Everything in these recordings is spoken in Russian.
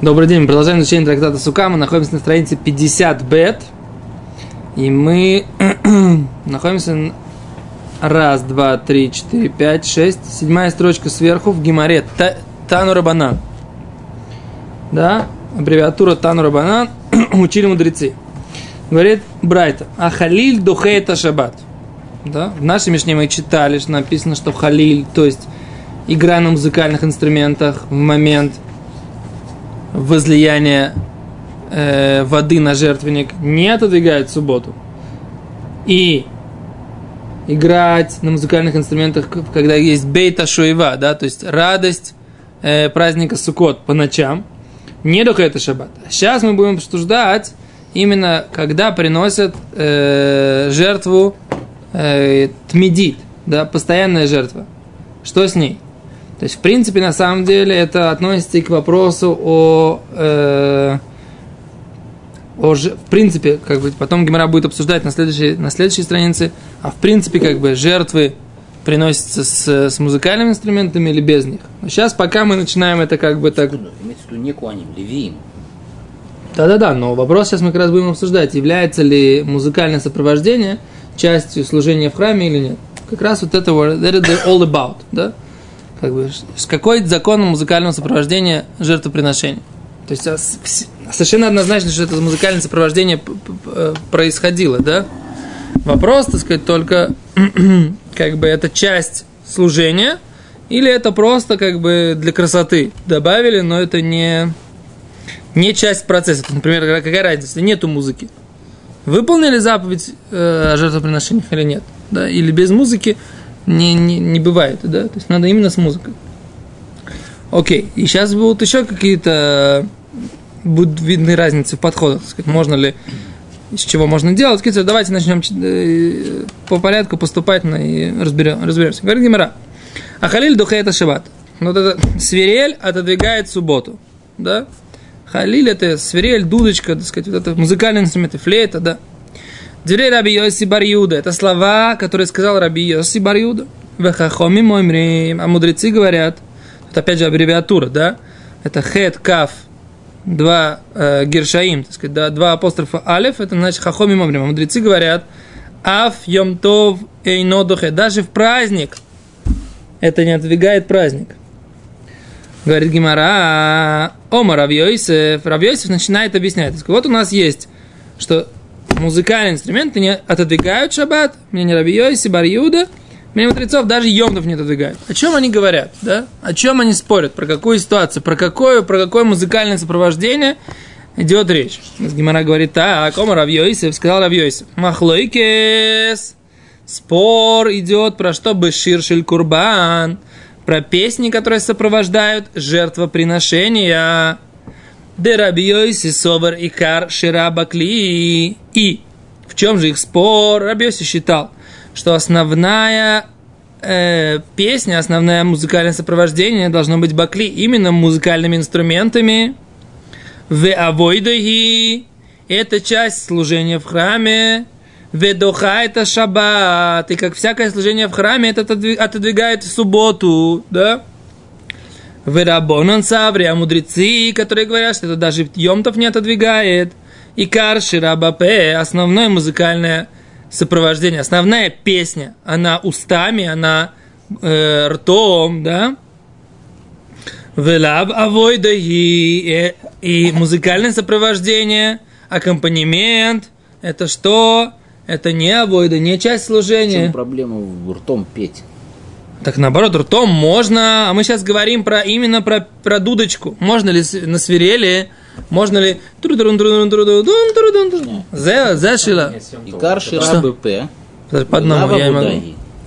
Добрый день, мы продолжаем изучение трактата Сука. Мы находимся на странице 50 бет. И мы находимся раз, два, три, четыре, пять, шесть. Седьмая строчка сверху в Гемаре Тану Рабанан. Да, аббревиатура Тану Рабанан. Учили мудрецы. Говорит Брайта. А халиль духейта шаббат. Да? В нашей Мишне мы читали, что написано, что халиль, то есть игра на музыкальных инструментах в момент возлияния воды на жертвенник не отодвигает субботу. И играть на музыкальных инструментах, когда есть бейта шуева, да, то есть радость праздника Суккот по ночам, не только это шаббат. Сейчас мы будем обсуждать именно когда приносят жертву тмидит, да, постоянная жертва. Что с ней? То есть, в принципе, на самом деле, это относится и к вопросу в принципе, как бы, потом Гемара будет обсуждать на следующей странице, а в принципе, как бы, жертвы приносятся с музыкальными инструментами или без них. Но сейчас, пока мы начинаем это как бы так... Имеется в виду не куаним, левиим. Да-да-да, но вопрос сейчас мы как раз будем обсуждать, является ли музыкальное сопровождение частью служения в храме или нет. Как раз вот это all about, да? Как бы, какой закон музыкального сопровождения жертвоприношения? То есть совершенно однозначно, что это музыкальное сопровождение происходило, да? Вопрос, так сказать, только как бы это часть служения или это просто как бы для красоты добавили, но это не часть процесса. Например, какая разница, если нету музыки? Выполнили заповедь о жертвоприношениях или нет? Да? Или без музыки не бывает, да? То есть надо именно с музыкой. Окей. И сейчас будут еще какие-то будут видны разницы в подходах. Так сказать, можно ли, из чего можно делать. Давайте начнем по порядку поступательно и разберемся. Говорит Гемара. А халиль духейта шаббат. Вот это свирель отодвигает субботу. Да? Халиль это свирель, дудочка, так сказать, вот это музыкальные инструменты, флейта, да. Дверей Раби Йоси бар Юда. Это слова, которые сказал Раби Йоси бар Юда. Вехахоми моймрим. А мудрецы говорят, это опять же аббревиатура, да? Это хет, каф, два гершаим, так сказать, да, два апострофа алеф, это значит хахоми моймрим. А мудрецы говорят, аф йом тов эйно духе. Даже в праздник это не отодвигает праздник. Говорит Гемара, Ома Раби Йосеф. Раби Йосеф начинает объяснять. Вот у нас есть, что музыкальные инструменты не отодвигают шаббат. Мне не Раби Йосеф, бар Юда. Мне мудрецов даже йомтов не отодвигают. О чем они говорят? Да? О чем они спорят? Про какую ситуацию? Про какое музыкальное сопровождение идет речь? Гемара говорит, так, Ома Раби Йосеф, сказал Раби Йосеф. Махлойкес. Спор идет про что? Бешир шель курбан. Про песни, которые сопровождают жертвоприношения. Де Раби Йоси собер икар шира бакли. И в чем же их спор? Раби Йоси считал, что основная песня, основное музыкальное сопровождение должно быть бакли именно музыкальными инструментами. Ве авойдоги – это часть служения в храме. Ведоха это шаббат, и как всякое служение в храме, это отодвигает в субботу, да? Верабонан саври, а мудрецы, которые говорят, что это даже йомтов не отодвигает. И карши рабапе, основное музыкальное сопровождение, основная песня, она устами, она ртом, да? Велаб авойдаги, и музыкальное сопровождение, аккомпанемент, это что? Это не авойда, не часть служения. В чем проблема ртом петь? Так наоборот, ртом можно, а мы сейчас говорим именно про дудочку. Можно ли на свирели, можно ли... Зашила. Икар шира БП. По одному я не могу.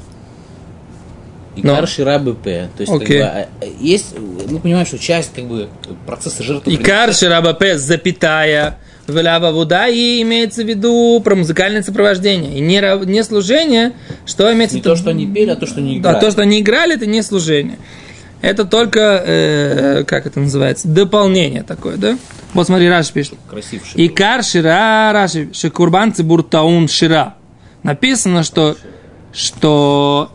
Икар шира БП. То есть, как бы, есть, мы понимаем, что часть как бы процесса жертвоприношения. Икар шира БП, запятая. Велява вода, и имеется в виду про музыкальное сопровождение. И не служение, что имеется в виду... Не то, что они пели, а то, что они играли. Да, то, что они играли, это не служение. Это только, как это называется, дополнение такое, да? Вот смотри, Раши пишет. Красивший. Икар шира, Раши, шекурбан цибур таун шира. Написано, что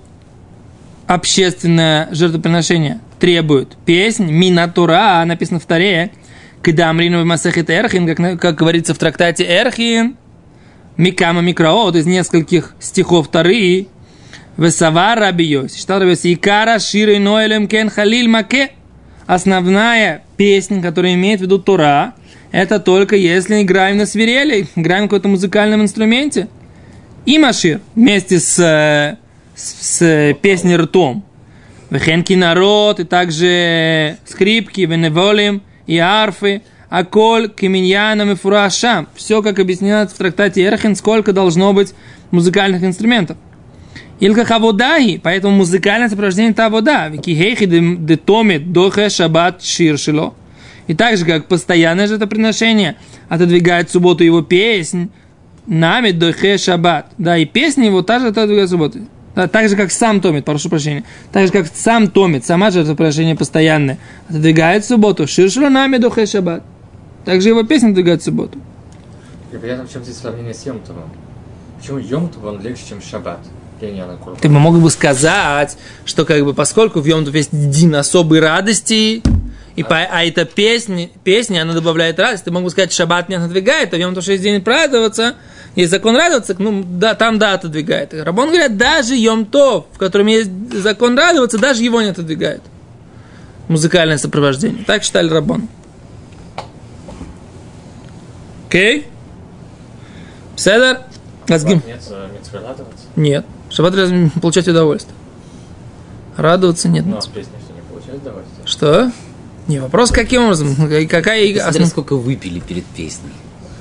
общественное жертвоприношение требует песнь, минатура, написано в Торе, Кедамрину в Масехет Эрхин, как говорится в трактате Эрхин, Микама Микраот, из нескольких стихов Торы, Весавар Раби Йоси, считал Раби Йоси, Икара Широй Ноэлем Кен Халиль Маке. Основная песня, которая имеет в виду Тора, это только если играем на свирели, играем на каком-то музыкальном инструменте. И Машир вместе с песней ртом. Вехенки народ, и также скрипки, веневолим и арфы, аколь, кеминьяном и фурашам. Все, как объяснено в трактате Эрхин, сколько должно быть музыкальных инструментов. Илка хаводаги, поэтому музыкальное сопровождение это авода. Викихейхи детомит дохе шаббат ширшило. И так же, как постоянное жертвоприношение отодвигает в субботу его песнь, намит дохе шаббат. Да, и песня его также отодвигает в субботу. Да, так же, как сам томит, прошу прощения. Так же, как сам томит, сама жертвоприношение постоянное отодвигает в субботу. Ширшило намит дохе шаббат. Также его песня отодвигает в субботу. И при этом в чем здесь сравнение с Йом-Товом? Почему Йом-Тов он легче, чем Шаббат? Ты бы мог бы сказать, что как бы поскольку в Йом-Тов есть день особой радости, а эта песня, она добавляет радость, ты мог бы сказать, Шаббат не отодвигает, а в Йом-Тов 6 дней радоваться, есть закон радоваться, ну да, там да отодвигает. Раббон говорят, даже Йом-Тов, в котором есть закон радоваться, даже его не отодвигает. Музыкальное сопровождение. Так считали Раббон. Окей? Седер? Нет, радоваться? Нет. Шаббат получать удовольствие. Радоваться нет. Ну, а с песней что, не получать удовольствие? Что? Не, вопрос каким образом? Какая... Смотря сколько выпили перед песней.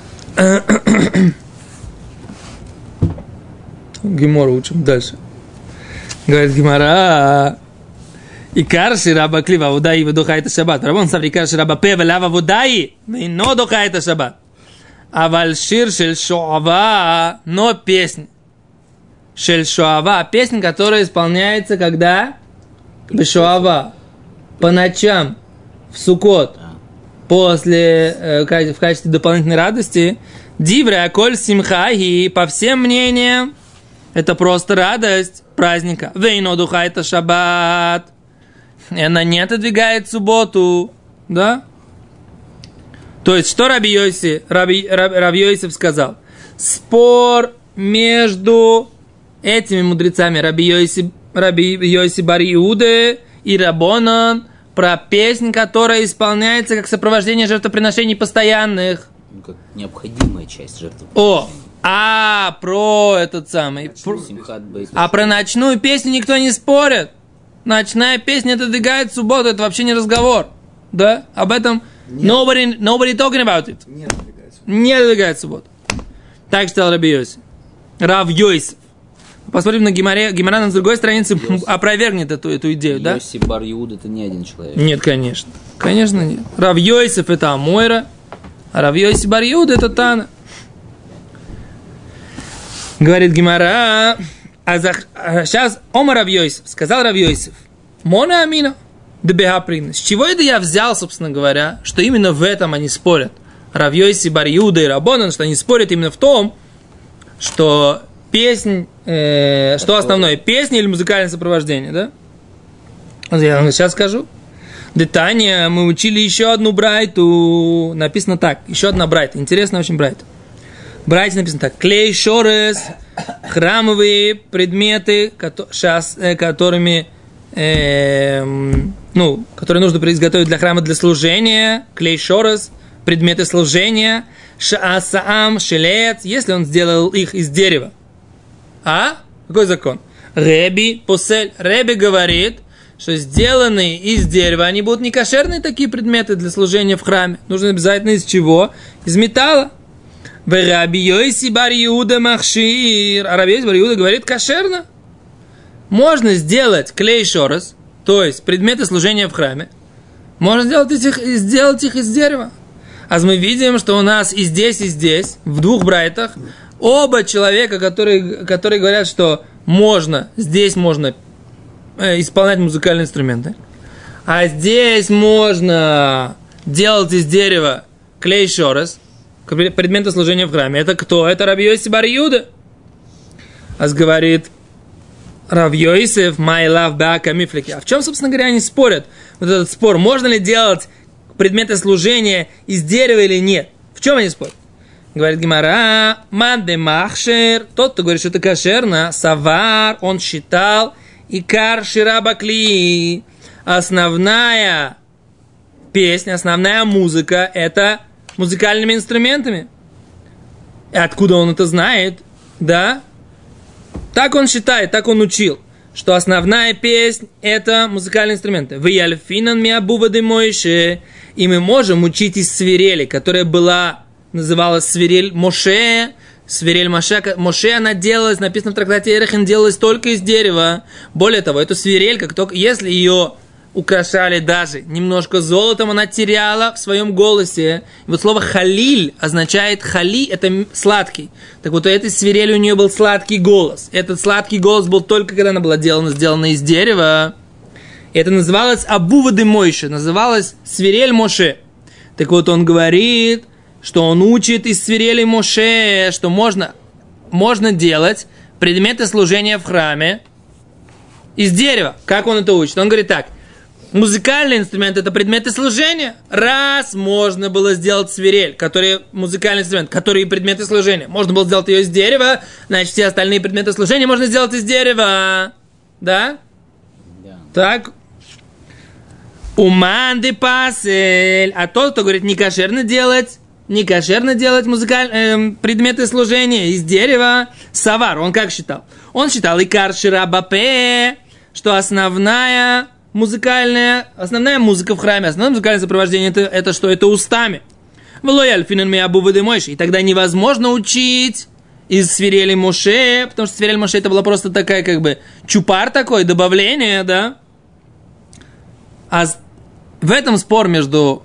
Гемору учим дальше. Говорит Гемора. Икар шираба клива водаи вдохает шаббат. Рабон сав икар шираба пе велава водаи, но дохает шаббат. Аваль шир шель шоава, но песня. Шель шоава, песня, которая исполняется когда? Бешоава. По ночам, в Суккот, после, в качестве дополнительной радости. Дивре аколь симхаги, по всем мнениям, это просто радость праздника. Вейно духайта шаббат. И она не отодвигает субботу. Да? То есть, что Раби Йосиф сказал? Спор между этими мудрецами Раби Йоси бар Иуде и Рабонан про песнь, которая исполняется как сопровождение жертвоприношений постоянных. Как необходимая часть жертвоприношений. Про этот самый. Про ночную песню никто не спорит. Ночная песня отодвигает субботу, это вообще не разговор. Да? Об этом nobody talking about it. Не отодвигает субботу. Так считал Раби Йоси. Рав Йосиф. Посмотрим на Гемара на другой странице опровергнет эту идею, да? Йоси бар Иуда это не один человек. Нет, конечно. Конечно нет. Рав Йосиф это Амойра, а Рав Йоси бар Иуда это Тана. Говорит Гемара, сейчас Омар Рав Йосиф, сказал Рав Йосиф, Мона Амина, Дебехаприн. С чего это я взял, собственно говоря, что именно в этом они спорят? Рав Йоси бар Иуда и Рабонан, что они спорят именно в том, что песнь, что основное, песня или музыкальное сопровождение, да? Я вам сейчас скажу. Детания, мы учили еще одну брайту, написано так, еще одна брайта, интересная очень брайта. В брайте написано так, клей шорес, храмовые предметы, которыми, которые нужно изготовить для храма для служения, клей шорес, предметы служения, шаасаам, шелец, если он сделал их из дерева. Какой закон? Реби посель. Реби говорит, что сделанные из дерева, они будут не кошерные такие предметы для служения в храме. Нужно обязательно из чего? Из металла. Раби Йоси бар Иуда махшир. А Раби Йоси бар Иуда говорит, кошерно. Можно сделать клей шорес, то есть предметы служения в храме. Можно сделать их из дерева. А мы видим, что у нас и здесь, в двух брайтах, оба человека, которые говорят, что здесь можно исполнять музыкальные инструменты, а здесь можно делать из дерева клей шорес, предметы служения в храме. Это кто? Это Раби Йоси бар Иуда. Говорит Рав Йосиф, my love баака мифлики. А в чем, собственно говоря, они спорят? Вот этот спор, можно ли делать предметы служения из дерева или нет. В чем они спорят? Говорит Гемара, манде махшер, тот, кто говорит, что это кошерно, савар, он считал, икар ширабакли, основная песня, основная музыка, это музыкальными инструментами. И откуда он это знает? Да? Так он считает, так он учил, что основная песня – это музыкальные инструменты. «Вьяльфинан миабувады мойше». И мы можем учить из свирели, которая называлась свирель Моше. Свирель Моше, она делалась, написано в трактате Эрехин, делалась только из дерева. Более того, эту свирель, как только, если ее украшали даже немножко золотом, она теряла в своем голосе. И вот слово «халиль» означает «хали» – это сладкий. Так вот, у этой свирели у нее был сладкий голос. Этот сладкий голос был только когда она была сделана из дерева. Это называлось «абувады мойше», называлось свирель Моше. Так вот, он говорит, что он учит из свирели Моше, что можно делать предметы служения в храме из дерева. Как он это учит? Он говорит так. Музыкальный инструмент – это предметы служения. Раз можно было сделать свирель, который музыкальный инструмент, который предметы служения, можно было сделать ее из дерева, значит, все остальные предметы служения можно сделать из дерева. Да? Да. Так. Уманды пасель. А тот, кто говорит, не кошерно делать предметы служения из дерева, савар, он как считал? Он считал икар ширабапе, что основная музыка в храме, основное музыкальное сопровождение это что? Это устами. И тогда невозможно учить из свирели Моше, потому что свирель Моше это была просто такая как бы чупар такой, добавление, да? А в этом спор между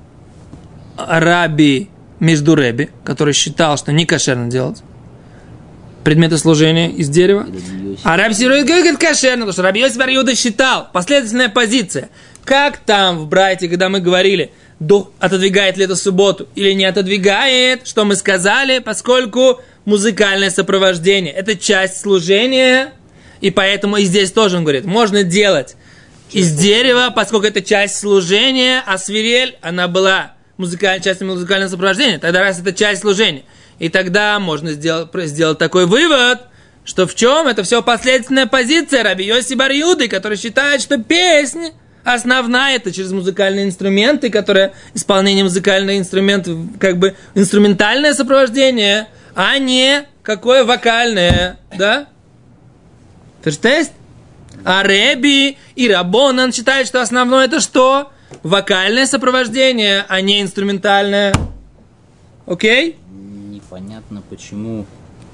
Рэби, который считал, что не кошерно делать предметы служения из дерева. А Раби Сирой говорит кошерно, потому что Раби Йоси бар Юда считал. Последовательная позиция. Как там в Брайте, когда мы говорили, отодвигает ли это субботу или не отодвигает, что мы сказали, поскольку музыкальное сопровождение – это часть служения, и поэтому и здесь тоже он говорит, можно делать из дерева, поскольку это часть служения, а свирель, она была частью музыкального сопровождения, тогда раз это часть служения. И тогда можно сделать такой вывод, что в чем? Это все последовательная позиция Раби Йоси бар Юды, который считает, что песня основная это через музыкальные инструменты, которые исполнение музыкальных инструментов, как бы инструментальное сопровождение, а не какое вокальное, да? Ферштейст? А Рэби и Рабонан считают, что основное это что? Вокальное сопровождение, а не инструментальное. Окей? Непонятно, почему...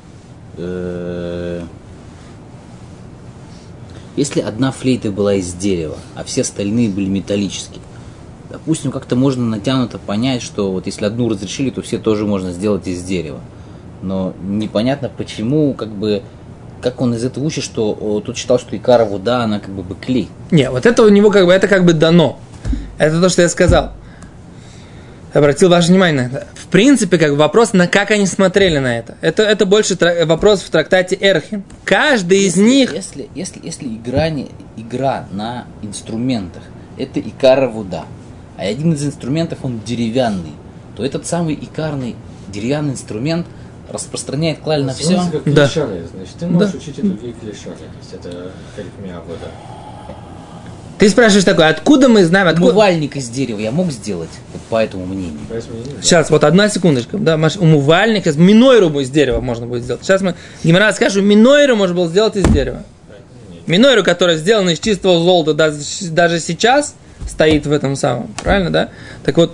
Если одна флейта была из дерева, а все остальные были металлические, допустим, как-то можно натянуто понять, что вот если одну разрешили, то все тоже можно сделать из дерева. Но непонятно, почему, как он из этого учит, что тут считал, что икара вода, она как бы клей. Не, вот это у него это как бы дано. Это то, что я сказал. Обратил ваше внимание на это. В принципе, вопрос, на как они смотрели на это. Это больше вопрос в трактате Эрхин. Каждый из них... Если игра на инструментах, это икара вода, а один из инструментов, он деревянный, то этот самый икарный деревянный инструмент распространяет клаль на все. Да. Значит, ты можешь учить эту клишары, то есть это халифмия вода. Ты спрашиваешь такое, откуда мы знаем... Умывальник из дерева я мог сделать, вот по этому мнению. Сейчас, вот одна секундочка. Да, умывальник, сейчас минойру из дерева можно будет сделать. Сейчас Гемара скажет, минойру можно было сделать из дерева. Минойру, которая сделана из чистого золота, даже сейчас стоит в этом самом. Правильно, да? Так вот,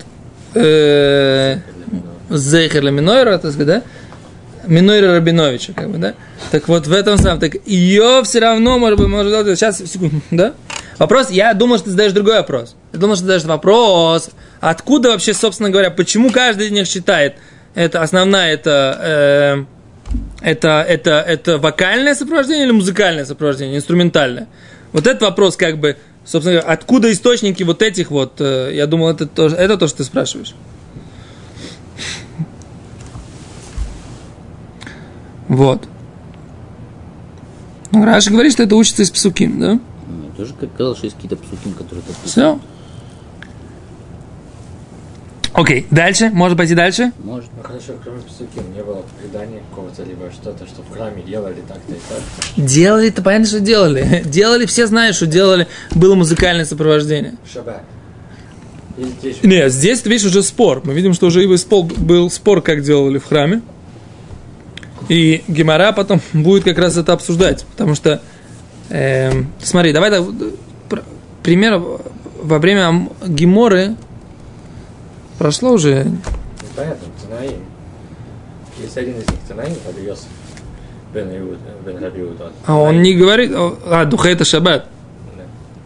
Зейхер ля минойру, так сказать, да? Минойра Рабиновича, да? Так вот, в этом самом, так ее все равно можно сделать. Сейчас, секунду, да? Вопрос, я думал, что ты задаешь другой вопрос. Я думал, что ты задаешь вопрос, откуда вообще, собственно говоря, почему каждый из них считает, это основная, это вокальное сопровождение или музыкальное сопровождение, инструментальное? Вот этот вопрос, собственно говоря, откуда источники вот этих вот, я думал, это то, что ты спрашиваешь. Вот. Раши говорит, что это учится из псуким, да? Тоже как сказал, что есть какие-то псуким, которые... Все. Окей, дальше? Можно пойти дальше? Можно. Ну хорошо, кроме псуким, не было предания какого-то, либо что-то, что в храме делали так-то и так. Делали-то, понятно, что делали. Делали, все знают, что делали. Было музыкальное сопровождение. Шаббат. И здесь... Нет, здесь, ты видишь, уже спор. Мы видим, что уже был спор, как делали в храме. И Гемара потом будет как раз это обсуждать. Потому что, смотри, давай так, пример, во время Геморы прошло уже... Понятно, Танаим. Есть один из них Танаим, Раби Йосеф бен Раби Иуда. А он не говорит... духа это шаббат. Да.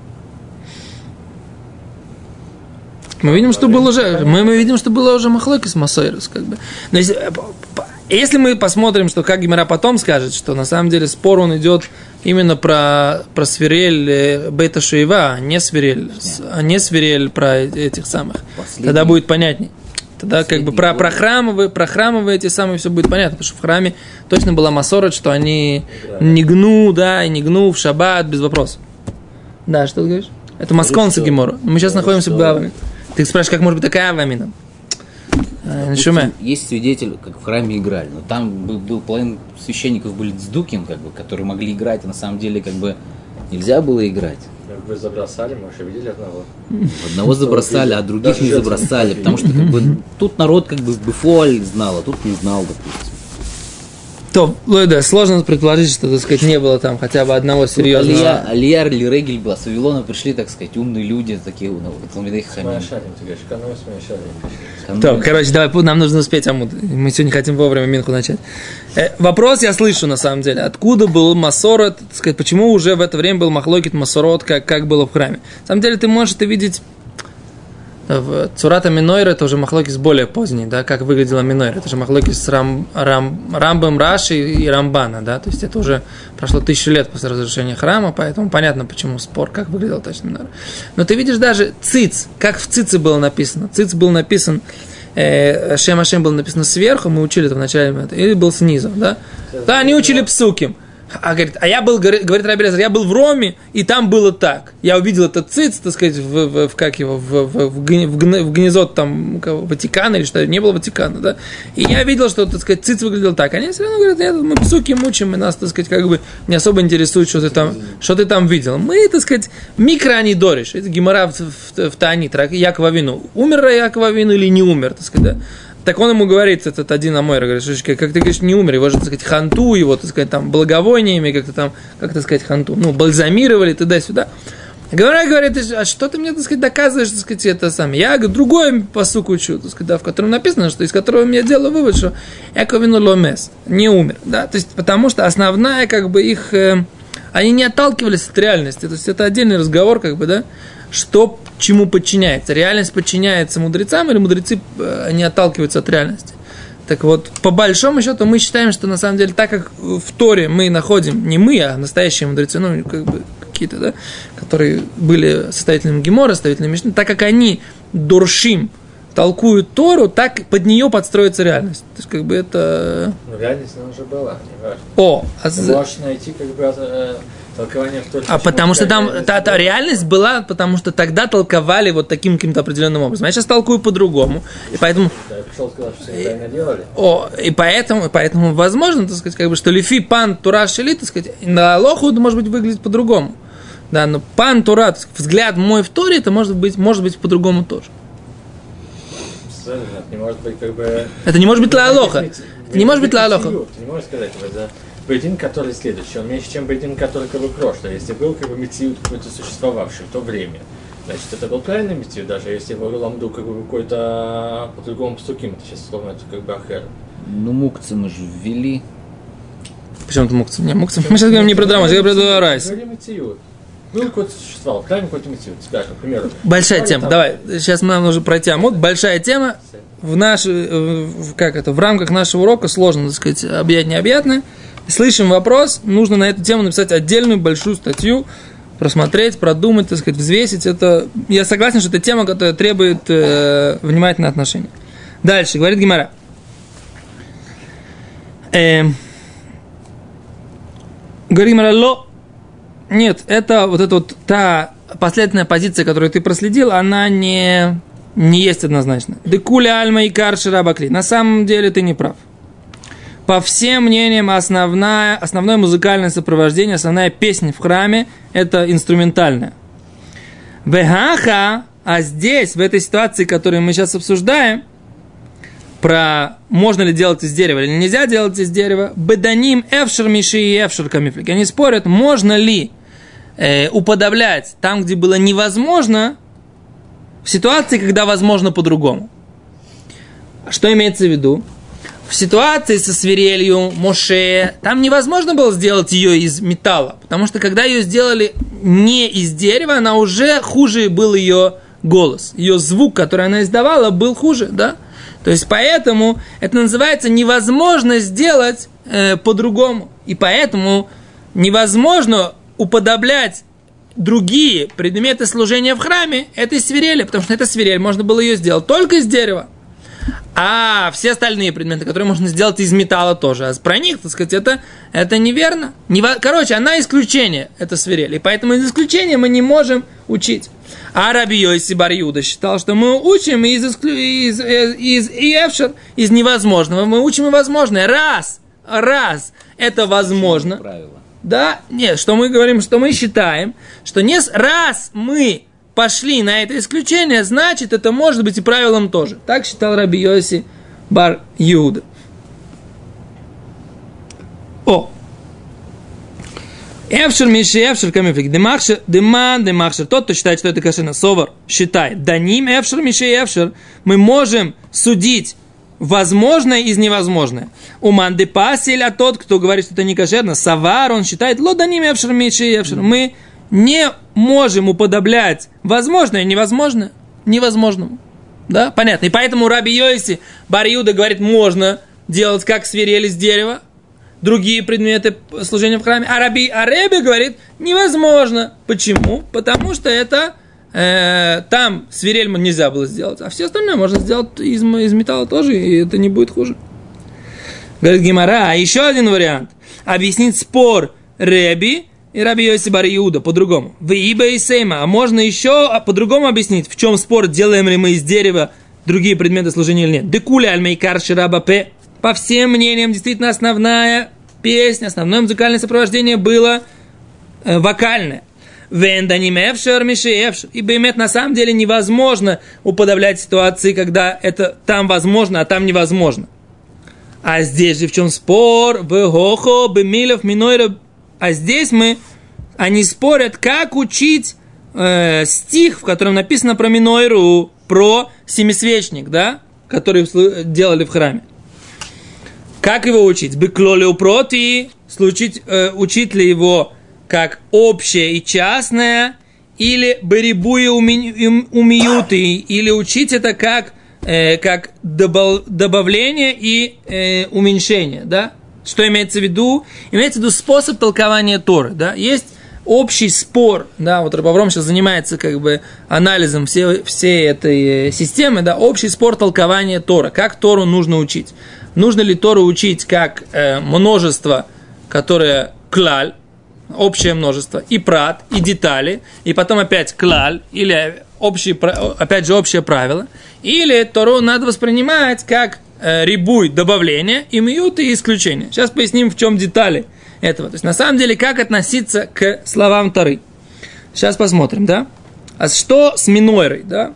Мы видим, что было уже... Мы видим, что было уже махлокис масойрос, как бы. Но если мы посмотрим, что как Гемара потом скажет, что на самом деле спор он идет именно про свирель Бейта Шуева, а не свирель про этих самых. Тогда будет понятнее. Тогда как бы про храмовые эти самые все будет понятно, потому что в храме точно была масорот, что они не гну в шаббат без вопросов. Да, что ты говоришь? Это масконцы Гемора. Мы сейчас находимся в Бавами. Ты спрашиваешь, как может быть такая Авамина? Есть свидетель, как в храме играли, но там был половина священников были цдуким, как бы, которые могли играть, а на самом деле как бы нельзя было играть. Как бы забросали, мы уже видели одного. Одного забросали, а других не забросали, потому что как бы тут народ как бы бифоль знал, а тут не знал, допустим. То, да, сложно предположить, что, так сказать, не было там хотя бы одного серьезного. Алия или Регель была, с Вавилона пришли, так сказать, умные люди, такие, Талмидей Хахамим. То, короче, давай, нам нужно успеть Амуд. Мы сегодня хотим вовремя Минху начать. Вопрос я слышу, на самом деле. Откуда был Масорот, так сказать, почему уже в это время был Махлокит Масорот, как было в храме? На самом деле, ты можешь это видеть в Цурата Минойра, это уже Махлокис более поздний, да, как выглядела Минойра. Это же Махлокис с Рамбом Раши и Рамбана, да, то есть это уже прошло 1000 лет после разрушения храма, поэтому понятно, почему спор, как выглядела точно Минойра. Но ты видишь даже циц, как в цице было написано. Циц был написан, Шем Ашем был написано сверху, мы учили это в начале, или был снизу, да. Да, они учили псуким. А говорит, я был, говорит Раби Элиэзер, я был в Роме, и там было так. Я увидел этот циц, так сказать, в гнездо там Ватикана, или что, не было Ватикана, да. И я видел, что, так сказать, циц выглядел так. Они все равно говорят, нет, мы псуки мучим, и нас, так сказать, как бы не особо интересует, что ты там видел. Мы, так сказать, микро-анидориш. Это Гемара в Таанит, Яков Авину. Умер Яков Авину или не умер, так сказать, да. Так он ему говорит, этот один Амойра, говорит, что, как ты говоришь, не умер, его же, так сказать, ханту, его, так сказать, там, благовониями, как-то там, как так сказать, ханту, бальзамировали, туда-сюда. Гемара говорит, а что ты мне, так сказать, доказываешь, так сказать, это самое? Я другой пасук учу, так сказать, да, в котором написано, что из которого я делаю вывод, что Яков Авину ломес, не умер, да, то есть, потому что основная, как бы, их, они не отталкивались от реальности, то есть, это отдельный разговор, как бы, да, что чему подчиняется. Реальность подчиняется мудрецам, или мудрецы не отталкиваются от реальности. Так вот, по большому счету, мы считаем, что на самом деле, так как в Торе мы находим, не мы, а настоящие мудрецы, ну, как бы какие-то, да, которые были составителями Гемора, составителями Мишны, так как они дуршим толкуют Тору, так под нее подстроится реальность. То есть, как бы это... Ну, реальность она уже была, не важно. Ты можешь найти, как бы, толкование в Торе. А потому что там та реальность была, потому что тогда толковали вот таким каким-то определенным образом. Я сейчас толкую по-другому. И поэтому... Да, я пришел сказать, что все тайно делали. И поэтому возможно, так сказать, как бы, что лифи пан тура шели, так сказать, на Алоху, может быть, выглядит по-другому. Да, но пан тура, взгляд мой в Торе, это может быть по-другому тоже. Это не может быть, как бы... Это не может быть ла-алоха. Это не может быть ла-алоха. Ты не можешь сказать, это бейдин, который следующий, он меньше, чем бейдин, который как бы прошлый. Если был как бы митиют какой-то существовавший в то время, значит, это был правильный митиют, даже если его ламду как бы какой-то по-другому псуким, это сейчас словно это как бы ахер. Ну, мукцы мы же ввели. Почему это мукцы? Не, мукцы. Мы сейчас говорим не про драму, я говорю про райс. Был какой-то существовал, правильно какой-то митиют, скажем, к примеру. Большая тема, давай, сейчас нам нужно пройти Амуд. Большая тема, в рамках нашего урока сложно, так сказать, объять необъятное. Слышим вопрос, нужно на эту тему написать отдельную большую статью, просмотреть, продумать, так сказать, взвесить. Это, я согласен, что это тема, которая требует внимательного отношения. Дальше, говорит Гемара. Говорит Гемара, нет, это вот та последовательная позиция, которую ты проследил, она не не есть однозначно. Декуля альма и карши рабакли. На самом деле ты не прав. По всем мнениям, основное музыкальное сопровождение, основная песня в храме – это инструментальная. Вегаха, а здесь, в этой ситуации, которую мы сейчас обсуждаем, про можно ли делать из дерева или нельзя делать из дерева, беданим эфшер миши и эфшер камифлик. Они спорят, можно ли уподоблять там, где было невозможно, в ситуации, когда возможно по-другому. Что имеется в виду? В ситуации со свирелью Моше, там невозможно было сделать ее из металла, потому что когда ее сделали не из дерева, она уже хуже был ее голос. Ее звук, который она издавала, был хуже, да? То есть поэтому это называется невозможно сделать по-другому. И поэтому невозможно уподоблять другие предметы служения в храме этой свирели, потому что эта свирель, можно было ее сделать только из дерева. А все остальные предметы, которые можно сделать из металла тоже. А про них, так сказать, это неверно. Короче, она исключение, это свирель. И поэтому из исключения мы не можем учить. А Раби Йоси бар Юда считал, что мы учим из невозможного. Мы учим и возможное. Раз это возможно. Правило. Да, нет, что мы говорим, что мы считаем, что не раз мы пошли на это исключение, значит, это может быть и правилом тоже. Так считал Раби Йоси бар Юда. Эфшер миши эфшер камифлик. Демахшер. Тот, кто считает, что это кошерно, совар, считает. Даним эфшер миши эфшер. Мы можем судить возможное из невозможное. Уман де пасель, а тот, кто говорит, что это не кошерно, савар, он считает, ло даним эфшер миши эфшер. Мы не можем уподоблять возможное невозможное невозможному. Да, понятно. И поэтому Раби Йоси бар Юда говорит, можно делать как свирель из дерева, другие предметы служения в храме. А Реби говорит, невозможно. Почему? Потому что это там свирель нельзя было сделать, а все остальное можно сделать из металла тоже, и это не будет хуже. Говорит Гемара, а еще один вариант. Объяснить спор Реби и Раби Йоси бар Юда по-другому. В Иба и Сейма. А можно еще по-другому объяснить, в чем спор, делаем ли мы из дерева другие предметы служения или нет. Декуля аль-мейкар шираба пе. По всем мнениям, действительно, основная песня, основное музыкальное сопровождение было вокальное. Венданим эфшер миши эфшер. Ибо имеет на самом деле невозможно уподоблять ситуации, когда это там возможно, а там невозможно. А здесь же в чем спор? Вегохо бемилов минойра. А здесь они спорят, как учить стих, в котором написано про минойру, про семисвечник, да, который делали в храме. Как его учить? Беклолеу проти, учить ли его как общее и частное, или берибуя умиюты, или учить это как добавление и уменьшение, да? Что имеется в виду? Имеется в виду способ толкования Торы, да? Есть общий спор, да, вот Рав Авром сейчас занимается как бы анализом всей этой системы, да, общий спор толкования Тора, как Тору нужно учить. Нужно ли Тору учить как множество, которое клаль, общее множество, и прат, и детали, и потом опять клаль, или опять же общее правило, или Тору надо воспринимать как рибуй, добавление, и мьют, и исключение. Сейчас поясним, в чем детали этого. То есть, на самом деле, как относиться к словам Торы. Сейчас посмотрим, да? А что с минойрой, да?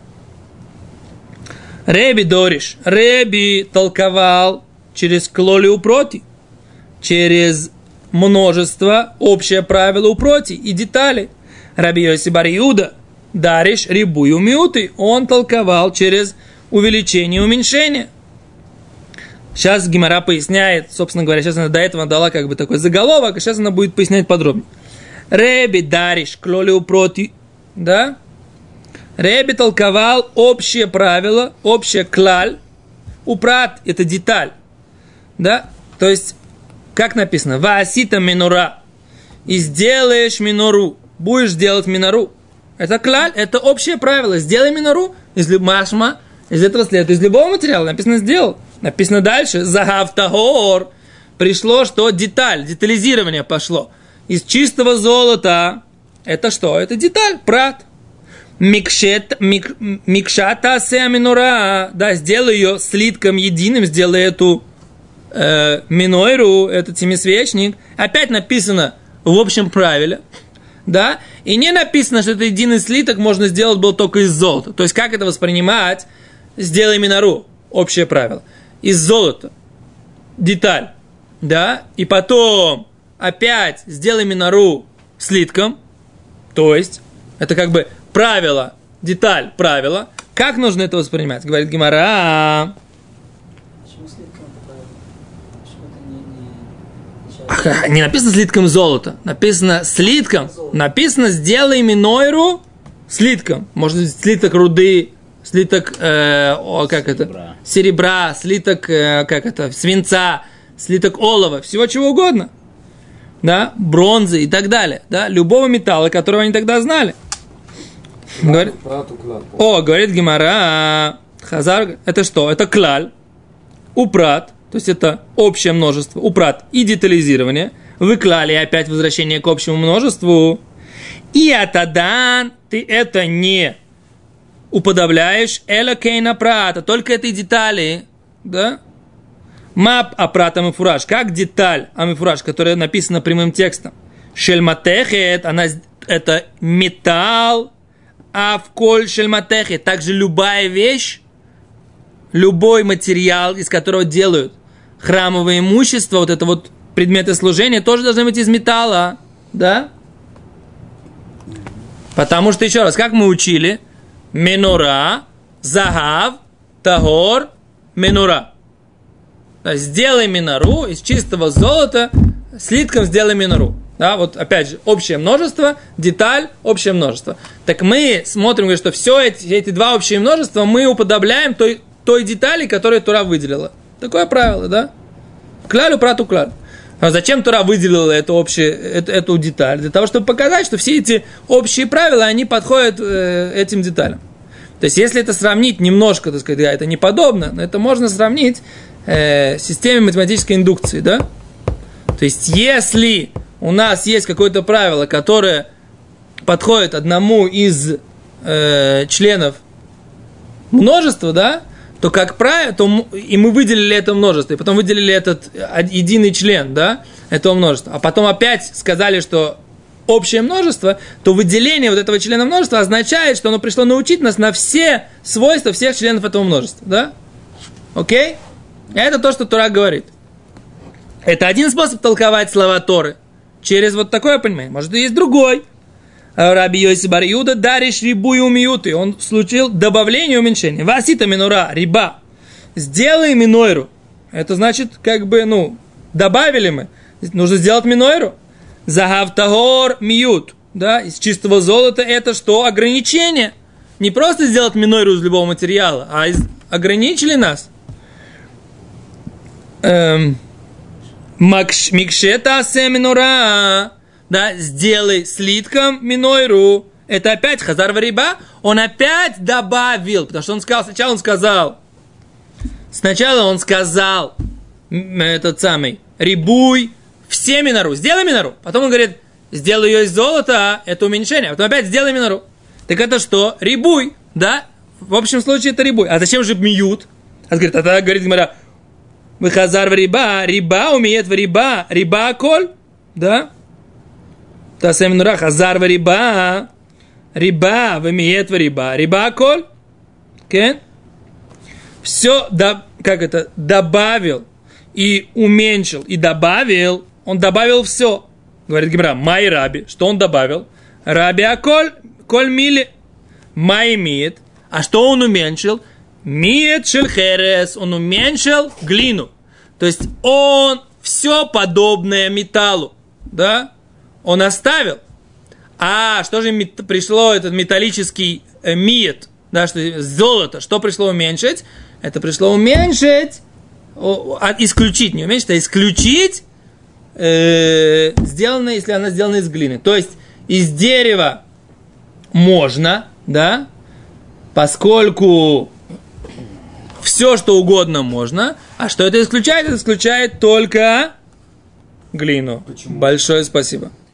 Реби Дориш. Реби толковал через клоли упроти, через множество, общее правило упроти и детали. Раби Йоси бар Юда Дариш рибуй умиуты. Он толковал через увеличение и уменьшение. Сейчас Гемара поясняет, собственно говоря, сейчас она до этого дала как бы такой заголовок, а сейчас она будет пояснять подробнее. Реби Дариш клоли упроти, да? Реби толковал общее правило, общее клаль. Упрат – это деталь, да? То есть, как написано, ваасита минура, и сделаешь минору, будешь делать минору. Это клаль, это общее правило. Сделай минору из машма, из этого следует, из любого материала. Написано сделал. Написано дальше, загавтагор. Пришло, что детализирование пошло. Из чистого золота. Это что? Это деталь, прат. Микшата се минора, да, сделай ее слитком единым, сделай эту минойру, этот семисвечник. Опять написано в общем правиле, да, и не написано, что это единый слиток можно сделать был только из золота. То есть, как это воспринимать? Сделай минору, общее правило. Из золота, деталь, да, и потом опять сделай минору слитком, то есть, это как бы правило, деталь, правило. Как нужно это воспринимать? Говорит Гемара. Почему слитком это правило? Почему это Не написано слитком золота, написано слитком, написано сделай минойру слитком. Может быть, слиток руды, слиток серебра, слиток свинца, слиток олова, всего чего угодно, да, бронзы и так далее, да, любого металла, которого они тогда знали. Говорит Гемара, Хазар, это что? Это клаль, упрат, то есть это общее множество, упрат и детализирование, выклали опять возвращение к общему множеству, и атадан, ты это не уподобляешь эла кейна прата, только этой детали, да? Мап апрат амифураж, как деталь амифураж, которая написана прямым текстом. Шельматехет, она это металл, а в коль шельматехет, также любая вещь, любой материал, из которого делают храмовое имущество, вот это вот предметы служения, тоже должны быть из металла, да? Потому что, еще раз, как мы учили, менора, загав, тагор, менора. То есть сделай минору из чистого золота, слитком сделай минору. Да, вот опять же, общее множество, деталь, общее множество. Так мы смотрим, что все эти два общие множества мы уподобляем той детали, которую Тора выделила. Такое правило, да? Клялю прату кляль. А зачем Тора выделила эту деталь? Для того, чтобы показать, что все эти общие правила, они подходят этим деталям. То есть, если это сравнить немножко, так сказать, это не подобно, но это можно сравнить с системой математической индукции, да? То есть, если у нас есть какое-то правило, которое подходит одному из членов множества, да, то как правило, и мы выделили это множество, и потом выделили этот единый член, да, этого множества, а потом опять сказали, что общее множество, то выделение вот этого члена множества означает, что оно пришло научить нас на все свойства всех членов этого множества, да? Окей? Это то, что Тора говорит. Это один способ толковать слова Торы. Через вот такое понимание. Может, и есть другой. Раби Йоси бар Юда дариш рибу и умиюты. Он случил добавление и уменьшение. Васита минура, риба. Сделай минойру. Это значит, как бы, добавили мы. Нужно сделать минойру. Загав тагор миют. Да, из чистого золота это что? Ограничение. Не просто сделать минойру из любого материала, а ограничили нас. Микшета асе минура. Да, сделай слитком минойру. Это опять хазар вариба. Он опять добавил, потому что он сказал, сначала он сказал этот самый рибуй, все минору, сделай минору. Потом он говорит, сделай ее из золота, это уменьшение. Потом опять сделай минору. Так это что? Рибуй, да? В общем случае это рибуй. А зачем же миют? Тогда говорит Гемара, вы хазар вариба, риба умеет вариба, риба коль, да? Тасе минура хазар вариба, риба умеет вариба, риба коль. Кен? Все, добавил и уменьшил, и добавил, он добавил все. Говорит Гемара, май раби, что он добавил? Раби аколь, коль мили, май миет. А что он уменьшил? Миет шельхерес, он уменьшил глину. То есть он все подобное металлу, да, он оставил. А что же пришло этот металлический миет, да, что золото, что пришло уменьшить? Это пришло уменьшить, исключить, не уменьшить, а исключить сделано, если она сделана из глины. То есть из дерева можно, да, поскольку все, что угодно можно. А что это исключает? Это исключает только глину. Почему? Большое спасибо.